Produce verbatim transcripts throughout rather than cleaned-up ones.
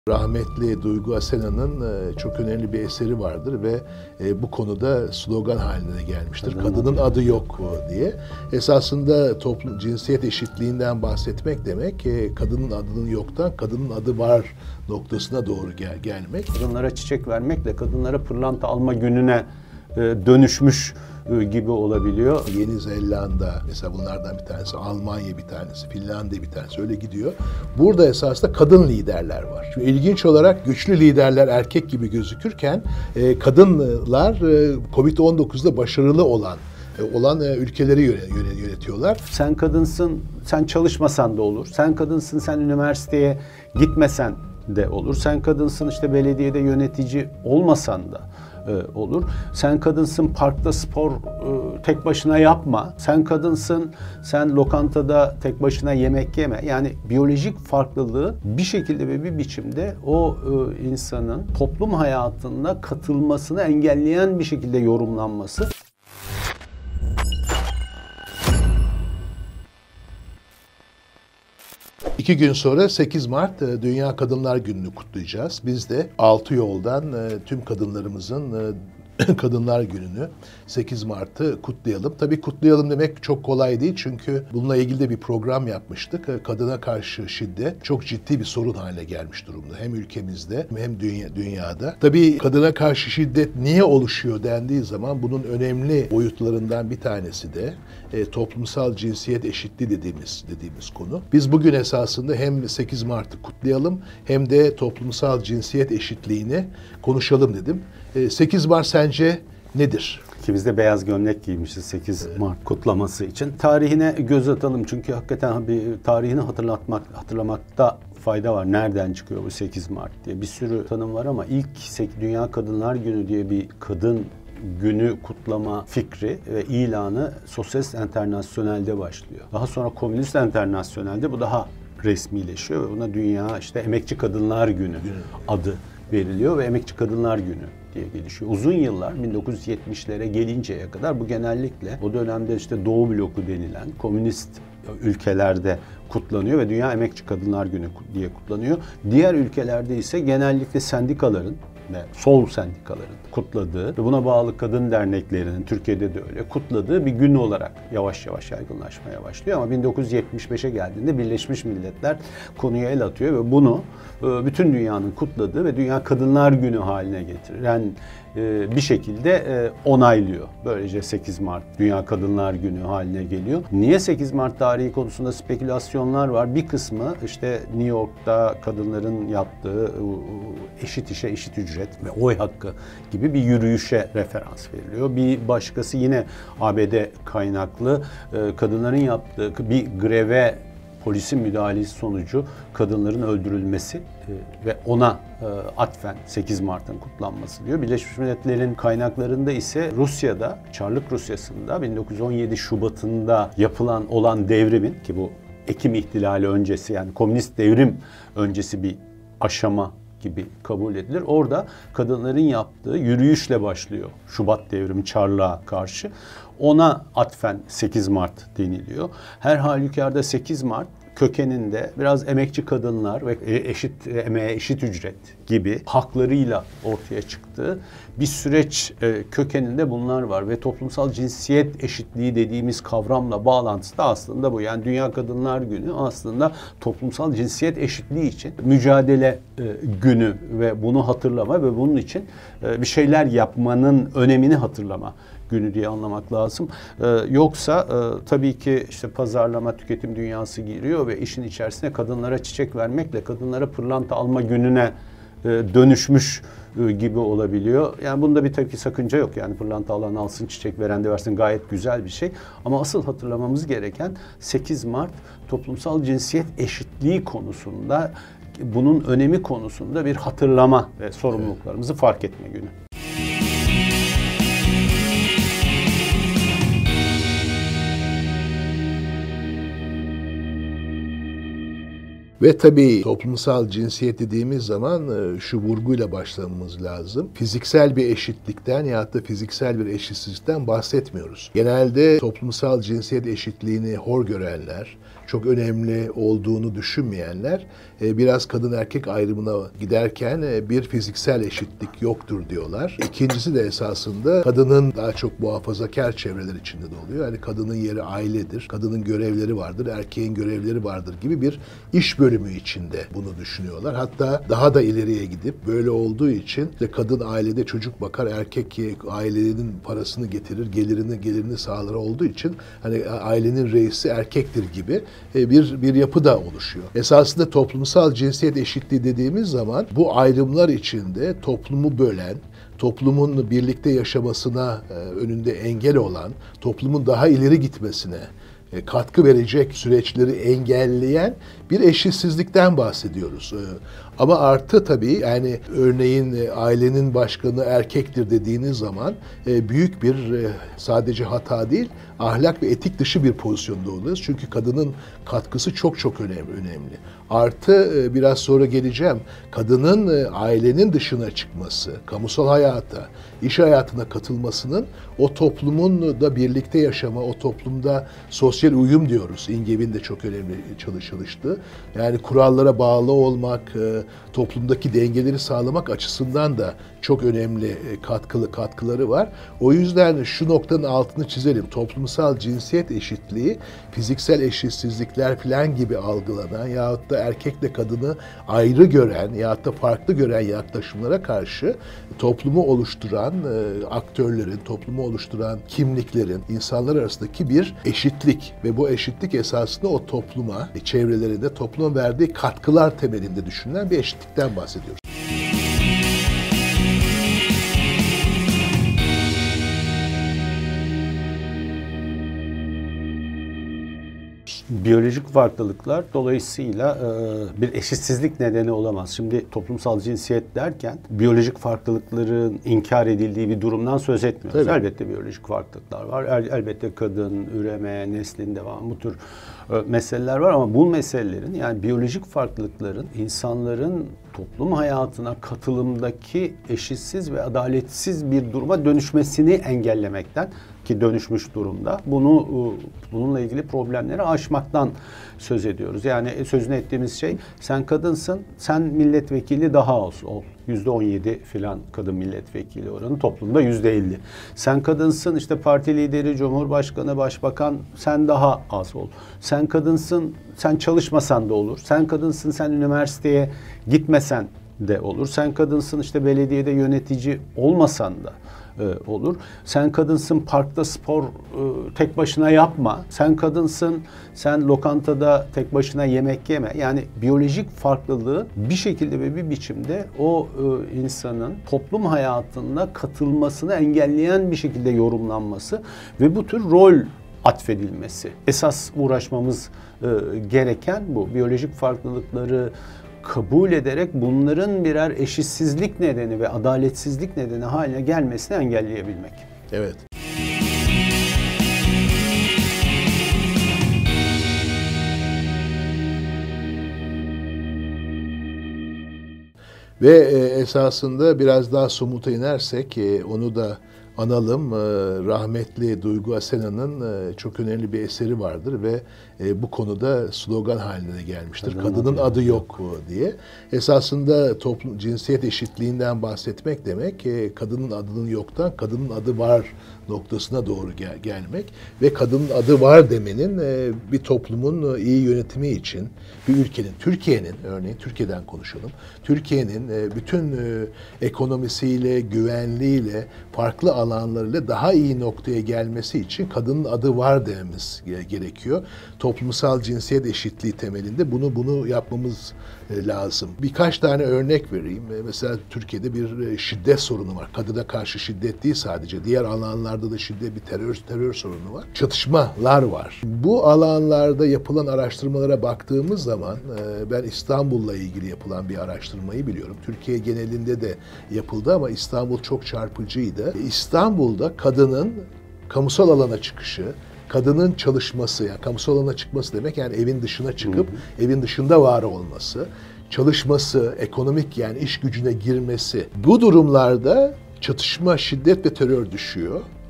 Rahmetli Duygu Asena'nın çok önemli bir eseri vardır ve bu konuda slogan haline gelmiştir. Kadının, Kadının adı, adı yok diye. Esasında toplum cinsiyet eşitliğinden bahsetmek demek, kadının adının yoktan kadının adı var noktasına doğru gel gelmek. Kadınlara çiçek vermekle kadınlara pırlanta alma gününe dönüşmüş gibi olabiliyor. Yeni Zelanda mesela bunlardan bir tanesi, Almanya bir tanesi, Finlandiya bir tanesi öyle gidiyor. Burada esasında kadın liderler var. Şimdi ilginç olarak güçlü liderler erkek gibi gözükürken kadınlar kovid on dokuzda başarılı olan olan ülkeleri yönetiyorlar. Sen kadınsın, sen çalışmasan da olur. Sen kadınsın, sen üniversiteye gitmesen de olur. Sen kadınsın, işte belediyede yönetici olmasan da olur. Sen kadınsın, parkta spor tek başına yapma. Sen kadınsın, sen lokantada tek başına yemek yeme. Yani biyolojik farklılığı bir şekilde ve bir biçimde o insanın toplum hayatına katılmasını engelleyen bir şekilde yorumlanması. İki gün sonra sekiz Mart Dünya Kadınlar Günü'nü kutlayacağız. Biz de altı yoldan tüm kadınlarımızın Kadınlar Günü'nü sekiz Mart'ı kutlayalım. Tabii kutlayalım demek çok kolay değil çünkü bununla ilgili de bir program yapmıştık. Kadına karşı şiddet çok ciddi bir sorun haline gelmiş durumda. Hem ülkemizde hem dünya, dünyada. Tabii kadına karşı şiddet niye oluşuyor dendiği zaman bunun önemli boyutlarından bir tanesi de e, toplumsal cinsiyet eşitliği dediğimiz dediğimiz konu. Biz bugün esasında hem sekiz Mart'ı kutlayalım hem de toplumsal cinsiyet eşitliğini konuşalım dedim. E, sekiz Mart sence nedir? Ki biz de beyaz gömlek giymişiz sekiz Mart kutlaması için. Tarihine göz atalım çünkü hakikaten bir tarihini hatırlatmak, hatırlamakta fayda var. Nereden çıkıyor bu sekiz Mart diye bir sürü tanım var ama ilk Dünya Kadınlar Günü diye bir kadın günü kutlama fikri ve ilanı Sosyalist Enternasyonel'de başlıyor. Daha sonra Komünist Enternasyonel'de bu daha resmileşiyor ve buna Dünya işte Emekçi Kadınlar Günü adı veriliyor ve Emekçi Kadınlar Günü diye gelişiyor. Uzun yıllar bin dokuz yüz yetmişlere gelinceye kadar bu genellikle o dönemde işte Doğu bloku denilen komünist ülkelerde kutlanıyor ve Dünya Emekçi Kadınlar Günü diye kutlanıyor. Diğer ülkelerde ise genellikle sendikaların ve sol sendikaların kutladığı ve buna bağlı kadın derneklerinin Türkiye'de de öyle kutladığı bir gün olarak yavaş yavaş yaygınlaşmaya başlıyor. Ama bin dokuz yüz yetmiş beşe geldiğinde Birleşmiş Milletler konuya el atıyor ve bunu bütün dünyanın kutladığı ve Dünya Kadınlar Günü haline getiren bir şekilde onaylıyor. Böylece sekiz Mart Dünya Kadınlar Günü haline geliyor. Niye sekiz Mart tarihi konusunda spekülasyonlar var. Bir kısmı işte New York'ta kadınların yaptığı eşit işe eşit ücret ve oy hakkı gibi bir yürüyüşe referans veriliyor. Bir başkası yine A B D kaynaklı kadınların yaptığı bir greve polisin müdahalesi sonucu kadınların öldürülmesi e, ve ona e, atfen sekiz Mart'ın kutlanması diyor. Birleşmiş Milletler'in kaynaklarında ise Rusya'da, Çarlık Rusya'sında bin dokuz yüz on yedi Şubat'ında yapılan olan devrimin ki bu Ekim İhtilali öncesi yani komünist devrim öncesi bir aşama gibi kabul edilir. Orada kadınların yaptığı yürüyüşle başlıyor Şubat devrimi Çarlık'a karşı. Ona atfen sekiz Mart deniliyor. Her halükarda sekiz Mart kökeninde biraz emekçi kadınlar ve eşit emeğe eşit ücret gibi haklarıyla ortaya çıktığı bir süreç kökeninde bunlar var ve toplumsal cinsiyet eşitliği dediğimiz kavramla bağlantısı da aslında bu. Yani Dünya Kadınlar Günü aslında toplumsal cinsiyet eşitliği için mücadele günü ve bunu hatırlama ve bunun için bir şeyler yapmanın önemini hatırlama günü diye anlamak lazım. Ee, yoksa e, tabii ki işte pazarlama, tüketim dünyası giriyor ve işin içerisine kadınlara çiçek vermekle kadınlara pırlanta alma gününe e, dönüşmüş e, gibi olabiliyor. Yani bunda bir tabii ki sakınca yok. Yani pırlanta alan alsın, çiçek veren de versin gayet güzel bir şey. Ama asıl hatırlamamız gereken sekiz Mart toplumsal cinsiyet eşitliği konusunda bunun önemi konusunda bir hatırlama ve sorumluluklarımızı fark etme günü. Ve tabii toplumsal cinsiyet dediğimiz zaman şu vurguyla başlamamız lazım. Fiziksel bir eşitlikten ya da fiziksel bir eşitsizlikten bahsetmiyoruz. Genelde toplumsal cinsiyet eşitliğini hor görenler, çok önemli olduğunu düşünmeyenler e, biraz kadın erkek ayrımına giderken e, bir fiziksel eşitlik yoktur diyorlar. İkincisi de esasında kadının daha çok muhafazakar çevreler içinde de oluyor. Yani kadının yeri ailedir, kadının görevleri vardır, erkeğin görevleri vardır gibi bir iş bölümü içinde bunu düşünüyorlar. Hatta daha da ileriye gidip böyle olduğu için de kadın ailede çocuk bakar, erkek ailenin parasını getirir, gelirini gelirini sağlar olduğu için hani ailenin reisi erkektir gibi bir bir yapı da oluşuyor. Esasında toplumsal cinsiyet eşitliği dediğimiz zaman bu ayrımlar içinde toplumu bölen, toplumun birlikte yaşamasına önünde engel olan, toplumun daha ileri gitmesine katkı verecek süreçleri engelleyen bir eşitsizlikten bahsediyoruz. Ama artı tabii yani örneğin ailenin başkanı erkektir dediğiniz zaman büyük bir sadece hata değil, ahlak ve etik dışı bir pozisyonda oluyoruz. Çünkü kadının katkısı çok çok önemli. önemli. Artı biraz sonra geleceğim, kadının ailenin dışına çıkması, kamusal hayata, iş hayatına katılmasının o toplumun da birlikte yaşama, o toplumda sosyal uyum diyoruz. İngev'in de çok önemli çalıştığı. Yani kurallara bağlı olmak, toplumdaki dengeleri sağlamak açısından da çok önemli katkılı katkıları var. O yüzden şu noktanın altını çizelim. Toplumsal cinsiyet eşitliği, fiziksel eşitsizlikler falan gibi algılanan yahut da erkekle kadını ayrı gören yahut da farklı gören yaklaşımlara karşı toplumu oluşturan e, aktörlerin, toplumu oluşturan kimliklerin, insanlar arasındaki bir eşitlik ve bu eşitlik esasında o topluma, çevrelerinde topluma verdiği katkılar temelinde düşünülen bir eşitlikten bahsediyoruz. Biyolojik farklılıklar dolayısıyla e, bir eşitsizlik nedeni olamaz. Şimdi toplumsal cinsiyet derken biyolojik farklılıkların inkar edildiği bir durumdan söz etmiyoruz. Tabii. Elbette biyolojik farklılıklar var. El, elbette kadın, üreme, neslin devamı bu tür e, meseleler var ama bu meselelerin yani biyolojik farklılıkların insanların toplum hayatına katılımdaki eşitsiz ve adaletsiz bir duruma dönüşmesini engellemekten ki dönüşmüş durumda. Bunu bununla ilgili problemleri aşmaktan söz ediyoruz. Yani sözünü ettiğimiz şey sen kadınsın, sen milletvekili daha az ol. yüzde on yedi filan kadın milletvekili oranı, toplumda yüzde elli. Sen kadınsın, işte parti lideri, cumhurbaşkanı, başbakan, sen daha az ol. Sen kadınsın, sen çalışmasan da olur. Sen kadınsın, sen üniversiteye gitmesen de olur. Sen kadınsın, işte belediyede yönetici olmasan da olur. Sen kadınsın, parkta spor tek başına yapma. Sen kadınsın, sen lokantada tek başına yemek yeme. Yani biyolojik farklılığı bir şekilde ve bir biçimde o insanın toplum hayatına katılmasını engelleyen bir şekilde yorumlanması ve bu tür rol atfedilmesi. Esas uğraşmamız gereken bu. Biyolojik farklılıkları kabul ederek bunların birer eşitsizlik nedeni ve adaletsizlik nedeni haline gelmesini engelleyebilmek. Evet. Ve esasında biraz daha somuta inersek onu da analım. Rahmetli Duygu Asena'nın çok önemli bir eseri vardır ve bu konuda slogan haline gelmiştir. Kadının, Kadının adı, adı yok, yok diye. Esasında toplum cinsiyet eşitliğinden bahsetmek demek kadının adının yoktan kadının adı var noktasına doğru gel- gelmek ve kadının adı var demenin bir toplumun iyi yönetimi için bir ülkenin, Türkiye'nin örneğin Türkiye'den konuşalım. Türkiye'nin bütün ekonomisiyle, güvenliğiyle, farklı alanlarıyla daha iyi noktaya gelmesi için kadının adı var dememiz gerekiyor. Toplumsal cinsiyet eşitliği temelinde bunu bunu yapmamız lazım. Birkaç tane örnek vereyim. Mesela Türkiye'de bir şiddet sorunu var. Kadına karşı şiddet değil sadece. Diğer alanlarda da şiddet, bir terör terör sorunu var. Çatışmalar var. Bu alanlarda yapılan araştırmalara baktığımız zaman ben İstanbul'la ilgili yapılan bir araştırmayı biliyorum. Türkiye genelinde de yapıldı ama İstanbul çok çarpıcıydı. İstanbul'da kadının kamusal alana çıkışı, kadının çalışması, yani kamusal alana çıkması demek yani evin dışına çıkıp hı hı. evin dışında var olması, çalışması, ekonomik yani iş gücüne girmesi. Bu durumlarda çatışma, şiddet ve terör düşüyor.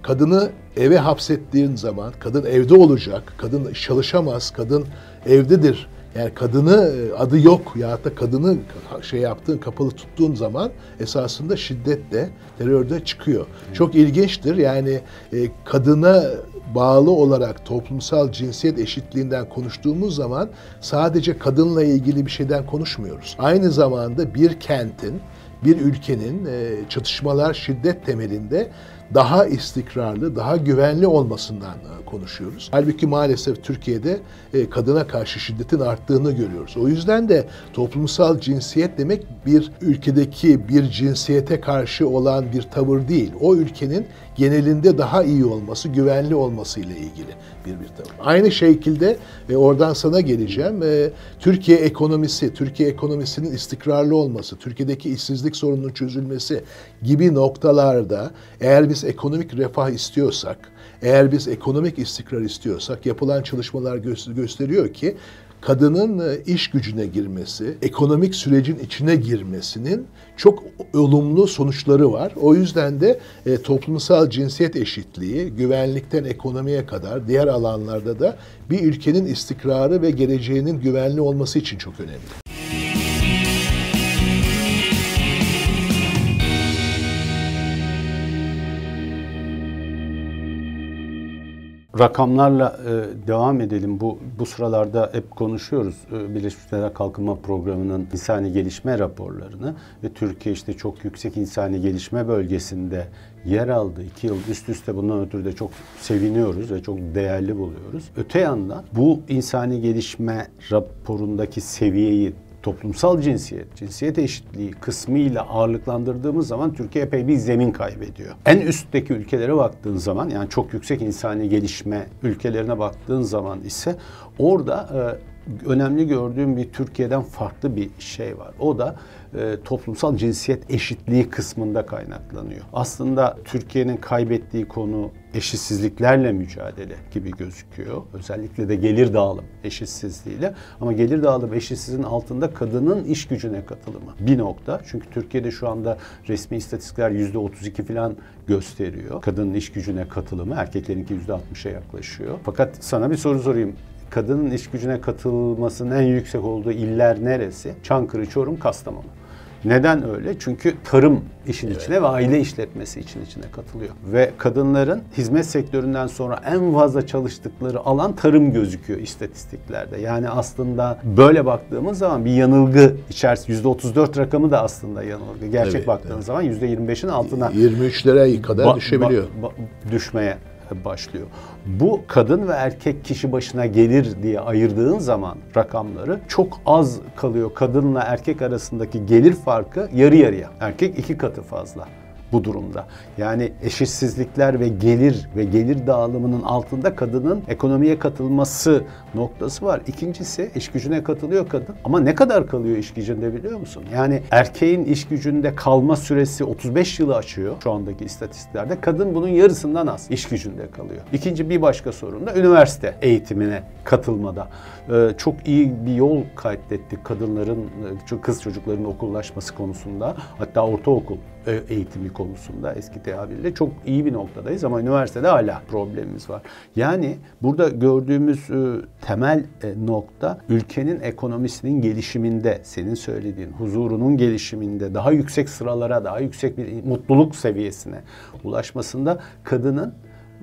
kadını eve hapsettiğin zaman, kadın evde olacak, kadın çalışamaz, kadın evdedir. Yani kadını adı yok ya da kadını şey yaptığın, kapalı tuttuğun zaman esasında şiddetle, terörde çıkıyor. Evet. Çok ilginçtir. Yani e, kadına bağlı olarak toplumsal cinsiyet eşitliğinden konuştuğumuz zaman sadece kadınla ilgili bir şeyden konuşmuyoruz. Aynı zamanda bir kentin, bir ülkenin e, çatışmalar şiddet temelinde daha istikrarlı, daha güvenli olmasından konuşuyoruz. Halbuki maalesef Türkiye'de kadına karşı şiddetin arttığını görüyoruz. O yüzden de toplumsal cinsiyet demek bir ülkedeki bir cinsiyete karşı olan bir tavır değil. O ülkenin genelinde daha iyi olması, güvenli olması ile ilgili bir bir tavır. Aynı şekilde e, oradan sana geleceğim. E, Türkiye ekonomisi, Türkiye ekonomisinin istikrarlı olması, Türkiye'deki işsizlik sorununun çözülmesi gibi noktalarda eğer biz ekonomik refah istiyorsak, eğer biz ekonomik istikrar istiyorsak yapılan çalışmalar gö- gösteriyor ki kadının iş gücüne girmesi, ekonomik sürecin içine girmesinin çok olumlu sonuçları var. O yüzden de e, toplumsal cinsiyet eşitliği, güvenlikten ekonomiye kadar diğer alanlarda da bir ülkenin istikrarı ve geleceğinin güvenli olması için çok önemli. Rakamlarla e, devam edelim. Bu bu sıralarda hep konuşuyoruz. E, Birleşmiş Milletler Kalkınma Programı'nın insani gelişme raporlarını ve Türkiye işte çok yüksek insani gelişme bölgesinde yer aldı. İki yıl üst üste bundan ötürü de çok seviniyoruz ve çok değerli buluyoruz. Öte yandan bu insani gelişme raporundaki seviyeyi toplumsal cinsiyet, cinsiyet eşitliği kısmıyla ağırlıklandırdığımız zaman Türkiye epey bir zemin kaybediyor. En üstteki ülkelere baktığın zaman, yani çok yüksek insani gelişme ülkelerine baktığın zaman ise orada e, önemli gördüğüm bir Türkiye'den farklı bir şey var. O da e, toplumsal cinsiyet eşitliği kısmında kaynaklanıyor. Aslında Türkiye'nin kaybettiği konu eşitsizliklerle mücadele gibi gözüküyor. Özellikle de gelir dağılım eşitsizliğiyle. Ama gelir dağılım eşitsizliğinin altında kadının iş gücüne katılımı bir nokta. Çünkü Türkiye'de şu anda resmi istatistikler yüzde otuz iki falan gösteriyor. Kadının iş gücüne katılımı erkeklerinki yüzde altmışa yaklaşıyor. Fakat sana bir soru sorayım. Kadının iş gücüne katılmasının en yüksek olduğu iller neresi? Çankırı, Çorum, Kastamonu. Neden öyle? Çünkü tarım işin evet. içine ve aile işletmesi için içine katılıyor. Ve kadınların hizmet sektöründen sonra en fazla çalıştıkları alan tarım gözüküyor istatistiklerde. Yani aslında böyle baktığımız zaman bir yanılgı içerisinde yüzde otuz dört rakamı da aslında yanılgı. Gerçek evet, baktığınız evet. zaman yüzde yirmi beşin altına yirmi üçlere kadar ba- düşebiliyor. Ba- ba- düşmeye başlıyor. Bu kadın ve erkek kişi başına gelir diye ayırdığın zaman rakamları çok az kalıyor. Kadınla erkek arasındaki gelir farkı yarı yarıya. Erkek iki katı fazla bu durumda. Yani eşitsizlikler ve gelir ve gelir dağılımının altında kadının ekonomiye katılması noktası var. İkincisi iş gücüne katılıyor kadın. Ama ne kadar kalıyor iş gücünde biliyor musun? Yani erkeğin iş gücünde kalma süresi otuz beş yılı aşıyor şu andaki istatistiklerde. Kadın bunun yarısından az iş gücünde kalıyor. İkinci bir başka sorun da üniversite eğitimine katılmada. Ee, çok iyi bir yol kaydettik kadınların, kız çocukların okullaşması konusunda. Hatta ortaokul eğitimi konusunda eski tabirle çok iyi bir noktadayız ama üniversitede hala problemimiz var. Yani burada gördüğümüz e, temel e, nokta ülkenin ekonomisinin gelişiminde, senin söylediğin huzurunun gelişiminde daha yüksek sıralara, daha yüksek bir mutluluk seviyesine ulaşmasında kadının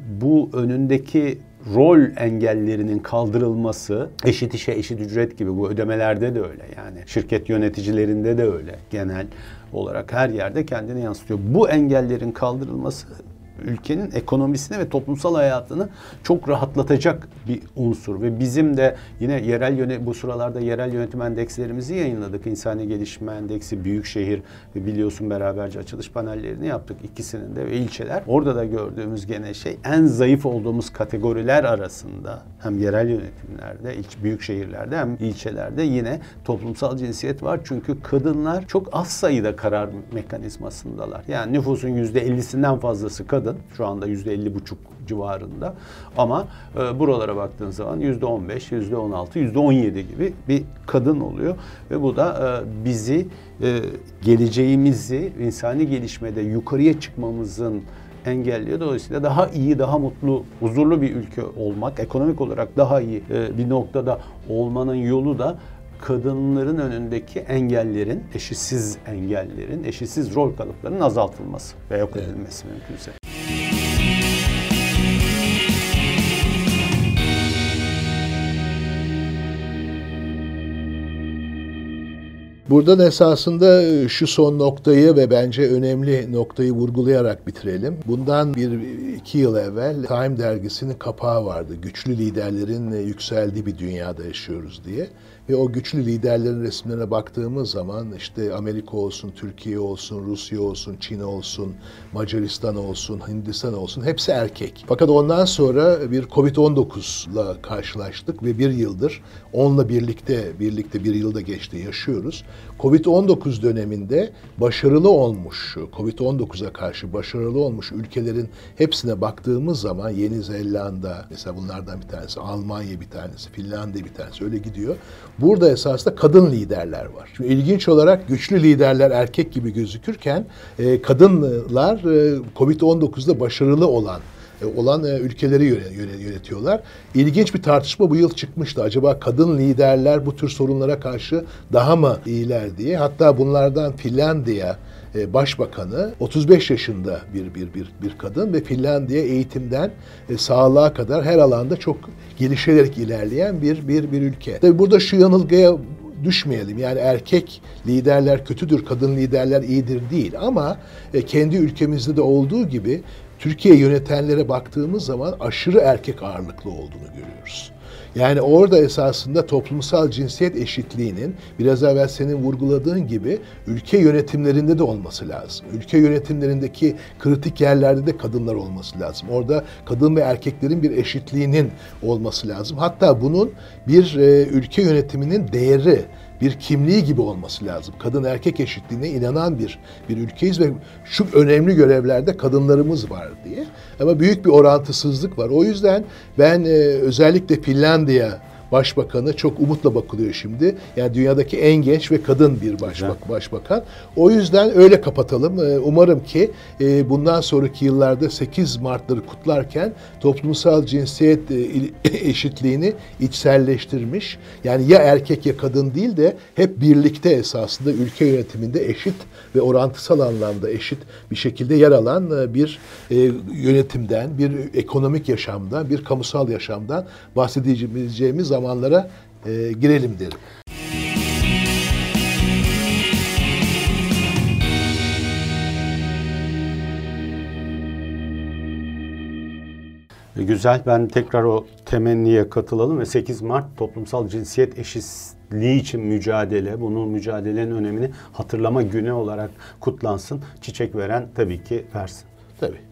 bu önündeki rol engellerinin kaldırılması, eşit işe eşit ücret gibi bu ödemelerde de öyle, yani şirket yöneticilerinde de öyle, genel olarak her yerde kendini yansıtıyor. Bu engellerin kaldırılması ülkenin ekonomisini ve toplumsal hayatını çok rahatlatacak bir unsur ve bizim de yine yerel yönet bu sıralarda yerel yönetim endekslerimizi yayınladık. İnsani Gelişme Endeksi, Büyükşehir ve biliyorsun beraberce açılış panellerini yaptık ikisinin de ve ilçeler. Orada da gördüğümüz gene şey en zayıf olduğumuz kategoriler arasında hem yerel yönetimlerde, ilç, büyük şehirlerde hem ilçelerde yine toplumsal cinsiyet var. Çünkü kadınlar çok az sayıda karar mekanizmasındalar. Yani nüfusun yüzde ellisinden fazlası kadın. Şu anda yüzde elli buçuk civarında. Ama e, buralara baktığın zaman yüzde on beş, yüzde on altı, yüzde on yedi gibi bir kadın oluyor. Ve bu da e, bizi, e, geleceğimizi insani gelişmede yukarıya çıkmamızın engelliyor. Dolayısıyla daha iyi, daha mutlu, huzurlu bir ülke olmak, ekonomik olarak daha iyi bir noktada olmanın yolu da kadınların önündeki engellerin, eşitsiz engellerin, eşitsiz rol kalıplarının azaltılması ve yok edilmesi evet. mümkünse. Buradan esasında şu son noktayı ve bence önemli noktayı vurgulayarak bitirelim. Bundan bir iki yıl evvel Time dergisinin kapağı vardı. Güçlü liderlerin yükseldiği bir dünyada yaşıyoruz diye. Ve o güçlü liderlerin resimlerine baktığımız zaman işte Amerika olsun, Türkiye olsun, Rusya olsun, Çin olsun, Macaristan olsun, Hindistan olsun hepsi erkek. Fakat ondan sonra bir kovid on dokuzla karşılaştık ve bir yıldır onunla birlikte, birlikte bir yılda geçti yaşıyoruz. kovid on dokuz döneminde başarılı olmuş, kovid on dokuza karşı başarılı olmuş ülkelerin hepsine baktığımız zaman Yeni Zelanda, mesela bunlardan bir tanesi, Almanya bir tanesi, Finlandiya bir tanesi öyle gidiyor. Burada esasında kadın liderler var. Şimdi ilginç olarak güçlü liderler erkek gibi gözükürken e, kadınlar e, kovid on dokuzda başarılı olan olan ülkeleri yönetiyorlar. İlginç bir tartışma bu yıl çıkmıştı. Acaba kadın liderler bu tür sorunlara karşı daha mı iyiler diye. Hatta bunlardan Finlandiya Başbakanı otuz beş yaşında bir bir bir bir kadın ve Finlandiya eğitimden e, sağlığa kadar her alanda çok gelişerek ilerleyen bir bir bir ülke. Tabii burada şu yanılgıya düşmeyelim. Yani erkek liderler kötüdür, kadın liderler iyidir değil ama e, kendi ülkemizde de olduğu gibi Türkiye yönetenlere baktığımız zaman aşırı erkek ağırlıklı olduğunu görüyoruz. Yani orada esasında toplumsal cinsiyet eşitliğinin biraz evvel senin vurguladığın gibi ülke yönetimlerinde de olması lazım. Ülke yönetimlerindeki kritik yerlerde de kadınlar olması lazım. Orada kadın ve erkeklerin bir eşitliğinin olması lazım. Hatta bunun bir e, ülke yönetiminin değeri, bir kimliği gibi olması lazım. Kadın erkek eşitliğine inanan bir bir ülkeyiz ve şu önemli görevlerde kadınlarımız var diye. Ama büyük bir orantısızlık var. O yüzden ben e, özellikle Finlandiya Başbakanı çok umutla bakılıyor şimdi. Yani dünyadaki en genç ve kadın bir başbak, başbakan. O yüzden öyle kapatalım. Umarım ki bundan sonraki yıllarda sekiz Mart'ları kutlarken toplumsal cinsiyet eşitliğini içselleştirmiş. Yani ya erkek ya kadın değil de hep birlikte esasında ülke yönetiminde eşit ve orantısal anlamda eşit bir şekilde yer alan bir yönetimden, bir ekonomik yaşamdan, bir kamusal yaşamdan bahsedeceğimiz zamanlara e, girelim derim. Güzel. Ben tekrar o temenniye katılalım ve sekiz Mart toplumsal cinsiyet eşitliği için mücadele, bunun mücadelenin önemini hatırlama günü olarak kutlansın. Çiçek veren tabii ki versin. Tabii.